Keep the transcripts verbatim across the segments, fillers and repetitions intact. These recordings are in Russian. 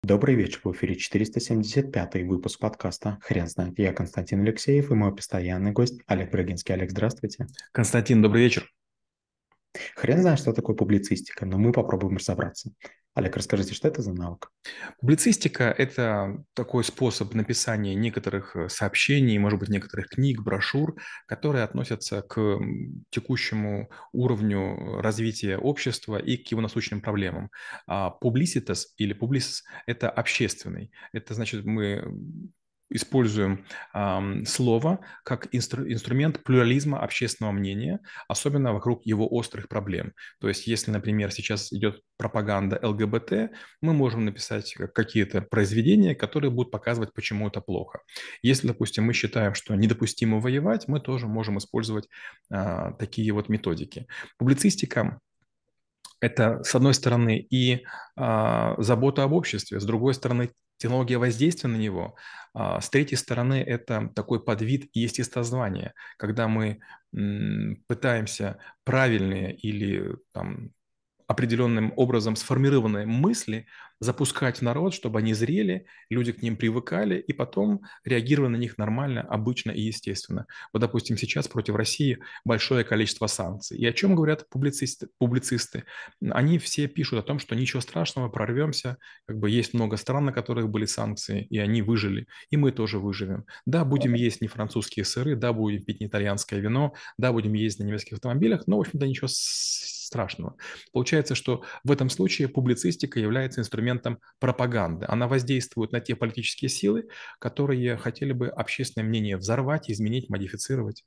Добрый вечер, в эфире четыреста семьдесят пятый выпуск подкаста «Хрен знает». Я Константин Алексеев и мой постоянный гость Олег Брагинский. Олег, здравствуйте. Константин, добрый вечер. Хрен знает, что такое публицистика, но мы попробуем разобраться. Олег, расскажите, что это за навык? Публицистика– это такой способ написания некоторых э, сообщений, может быть, некоторых книг, брошюр, которые относятся к м, текущему уровню развития общества и к его насущным проблемам. А publicitas или publicis– это общественный. Это значит, мы используем ам, слово как инстру- инструмент плюрализма общественного мнения, особенно вокруг его острых проблем. То есть, если, например, сейчас идет пропаганда Л Г Б Т, мы можем написать какие-то произведения, которые будут показывать, почему это плохо. Если, допустим, мы считаем, что недопустимо воевать, мы тоже можем использовать а, такие вот методики. Публицистика– это, с одной стороны, и а, забота об обществе, с другой стороны, технология воздействия на него, а, с третьей стороны, это такой подвид естествознания, когда мы м, пытаемся правильные или там, определенным образом сформированные мысли запускать в народ, чтобы они зрели, люди к ним привыкали и потом реагировали на них нормально, обычно и естественно. Вот, допустим, сейчас против России большое количество санкций. И о чем говорят публицисты? публицисты? Они все пишут о том, что ничего страшного, прорвемся, как бы есть много стран, на которых были санкции, и они выжили, и мы тоже выживем. Да, будем есть не французские сыры, да, будем пить не итальянское вино, да, будем ездить на немецких автомобилях, но, в общем-то, ничего страшного. Получается, что в этом случае публицистика является инструментом пропаганды. Она воздействует на те политические силы, которые хотели бы общественное мнение взорвать, изменить, модифицировать.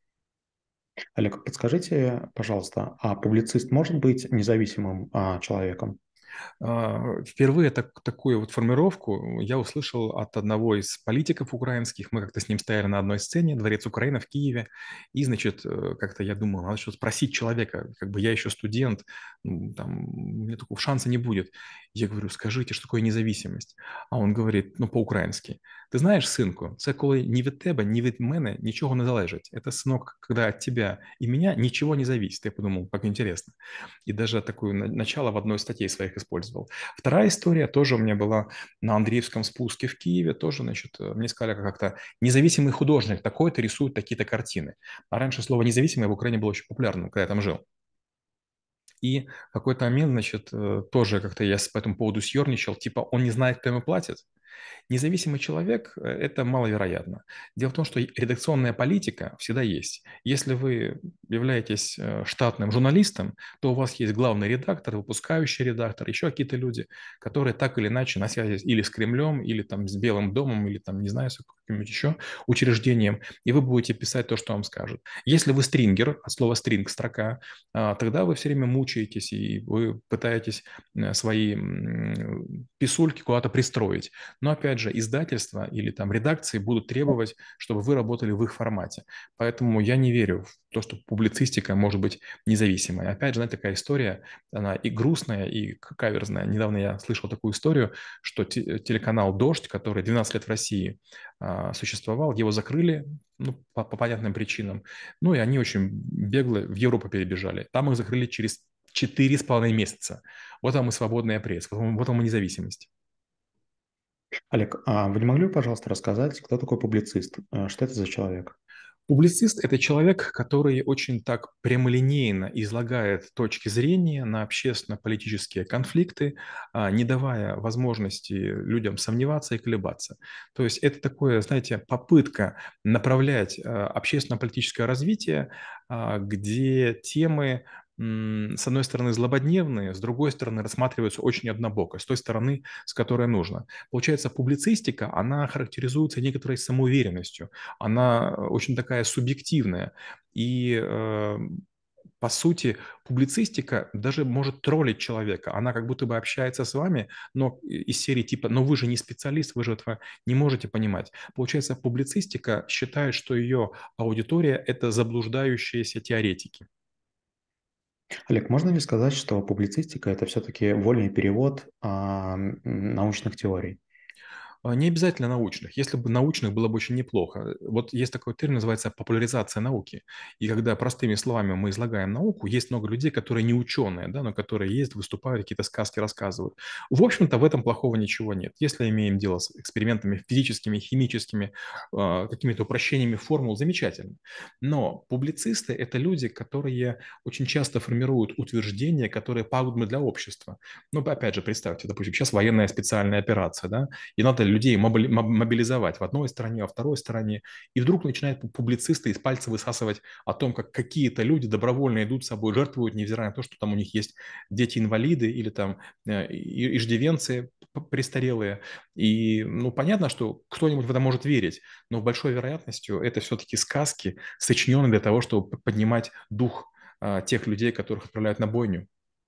Олег, подскажите, пожалуйста, а публицист может быть независимым а, человеком? А, Впервые так, такую вот формировку я услышал от одного из политиков украинских. Мы как-то с ним стояли на одной сцене, Дворец Украины в Киеве. И, значит, э, как-то я думал, надо что-то спросить человека. Как бы я еще студент, ну, там, у меня такого шанса не будет. Я говорю, скажите, что такое независимость? А он говорит, ну, по-українськи. Ти знаєш, синку, це коли ні від тебе, ні від мене нічого не залежить. Это, сынок, когда от тебя и меня ничего не зависит. Я подумал, как интересно. И даже такое на- начало в одной из статей своих использовал. Вторая история тоже у меня была на Андреевском спуске в Киеве. Тоже, значит, э, мне сказали как-то независимый художник такой-то рисует такие-то картины. А раньше слово независимый в Украине было очень популярным, когда я там жил. И в какой-то момент, значит, э, тоже как-то я с- по этому поводу съерничал, типа он не знает, кто ему платит. Независимый человек– э, это маловероятно. Дело в том, что редакционная политика всегда есть. Если вы являетесь э, штатным журналистом, то у вас есть главный редактор, выпускающий редактор, еще какие-то люди, которые так или иначе на связи или с Кремлем, или там с Белым домом, или там, не знаю, с каким-нибудь еще учреждением, и вы будете писать то, что вам скажут. Если вы стрингер, от слова стринг– строка, а, тогда вы все время мучаетесь, и вы пытаетесь э, свои м, писульки куда-то пристроить. Но опять же, издательства или там редакции будут требовать, чтобы вы работали в их формате. Поэтому я не верю в то, что публицистика может быть независимой. Опять же, знаете, такая история, она и грустная, и каверзная. Недавно я слышал такую историю, что те- телеканал «Дождь», который двенадцать лет в России а, существовал, его закрыли, ну, по, по понятным причинам. Ну, и они очень бегло в Европу перебежали. Там их закрыли через четыре с половиной месяца. Вот вам и свободная пресса, вот вам вот вам и независимость. Олег, а вы не могли бы, пожалуйста, рассказать, кто такой публицист? Э, Что это за человек? Публицист– это человек, который очень так прямолинейно излагает точки зрения на общественно-политические конфликты, а, не давая возможности людям сомневаться и колебаться. То есть это такое, знаете, попытка направлять а, общественно-политическое развитие, а, где темы, м, с одной стороны, злободневные, с другой стороны, рассматриваются очень однобоко, с той стороны, с которой нужно. Получается, публицистика, она характеризуется некоторой самоуверенностью, она э, очень такая субъективная. И, э, по сути, публицистика даже может троллить человека. Она как будто бы общается с вами, но из серии типа «но вы же не специалист, вы же этого не можете понимать». Получается, публицистика считает, что ее аудитория– это заблуждающиеся теоретики. Олег, можно ли сказать, что публицистика – это все-таки вольный перевод а, м, научных теорий? А, Не обязательно научных. Если бы научных, было бы очень неплохо. Вот есть такой термин, называется популяризация науки. И когда простыми словами мы излагаем науку, есть много людей, которые не ученые, да, но которые ездят, выступают, какие-то сказки рассказывают. В общем-то, в этом плохого ничего нет. Если имеем дело с экспериментами физическими, химическими, а, какими-то упрощениями формул, замечательно. Но публицисты– это люди, которые очень часто формируют утверждения, которые пагубны для общества. Ну, опять же, представьте, допустим, сейчас военная специальная операция, да, и надо людей мобили- моб- мобилизовать в одной стране, во второй стране, и вдруг начинают пу- публицисты из пальца высасывать о том, как какие-то люди добровольно идут с собой, жертвуют, невзирая на то, что там у них есть дети-инвалиды или там э, и- иждивенцы п- престарелые. И, ну, понятно, что кто-нибудь в это может верить, но большой вероятностью это все-таки сказки, сочиненные для того, чтобы п- поднимать дух а, тех людей, которых отправляют на бойню.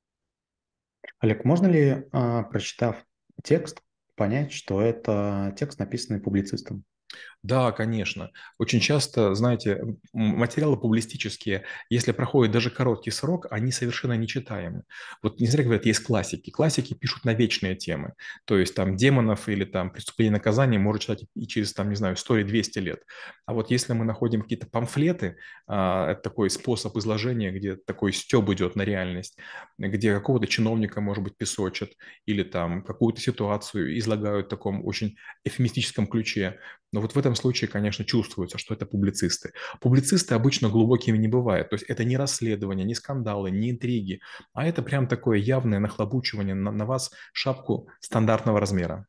Олег, можно ли, а, прочитав текст, понять, что это текст, написанный публицистом? Да, конечно. Очень часто, знаете, м, материалы публистические, если проходит даже короткий срок, они совершенно нечитаемы. Вот не зря говорят, есть классики. Классики пишут на вечные темы. То есть там демонов или там преступление и наказание может читать и через, там, не знаю, сто или двести лет. А вот если мы находим какие-то памфлеты, а, это такой способ изложения, где такой стёб идет на реальность, где какого-то чиновника, может быть, песочат, или там какую-то ситуацию излагают в таком очень эвфемистическом ключе, но вот в этом случае, конечно, чувствуется, что это публицисты. Публицисты обычно глубокими не бывают. То есть это не расследование, не скандалы, не интриги, а это прям такое явное нахлобучивание на, на вас шапку стандартного размера.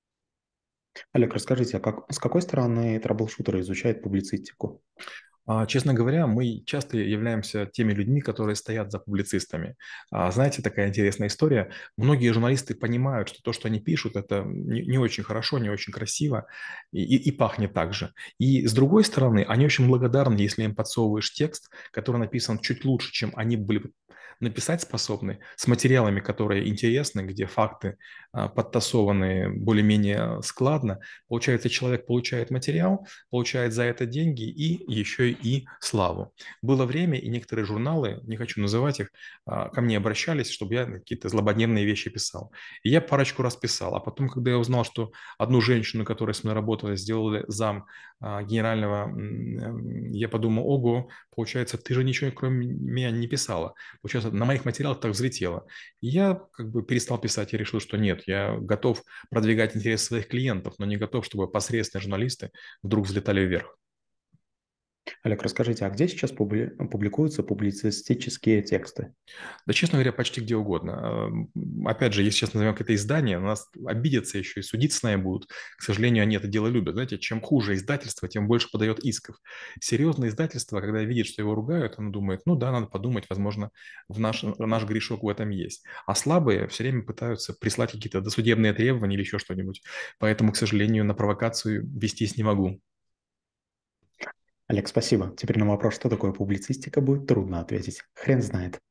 Олег, расскажите, а как, с какой стороны трэблшутеры изучают публицистику? А, Честно говоря, мы часто являемся теми людьми, которые стоят за публицистами. А, Знаете, такая интересная история. Многие журналисты понимают, что то, что они пишут, это не, не очень хорошо, не очень красиво и, и- и пахнет так же. И с другой стороны, они очень благодарны, если им подсовываешь текст, который написан чуть лучше, чем они были бы написать способны, с материалами, которые интересны, где факты а, подтасованы более-менее складно. Получается, человек получает материал, получает за это деньги и еще и славу. Было время, и некоторые журналы, не хочу называть их, а, ко мне обращались, чтобы я какие-то злободневные вещи писал. И я парочку раз писал. А потом, когда я узнал, что одну женщину, которая со мной работала, сделали зам а, генерального, м, я подумал, ого, получается, ты же ничего кроме меня не писала. Получается, на моих материалах так взлетело. И я как бы перестал писать и решил, что нет, я готов продвигать интересы своих клиентов, но не готов, чтобы посредственные журналисты вдруг взлетали вверх. Олег, расскажите, а где сейчас публи- публикуются публицистические тексты? Да, честно говоря, почти где угодно. Эм, Опять же, если сейчас назовем какое-то издание, на нас обидятся еще и судиться с нами будут. К сожалению, они это дело любят. Знаете, чем хуже издательство, тем больше подает исков. Серьезное издательство, когда видит, что его ругают, оно думает, ну да, надо подумать, возможно, в наш, наш грешок в этом есть. А слабые все время пытаются прислать какие-то досудебные требования или еще что-нибудь. Поэтому, к сожалению, на провокацию вестись не могу. Олег, спасибо. Теперь на вопрос, что такое публицистика, будет трудно ответить. Хрен знает.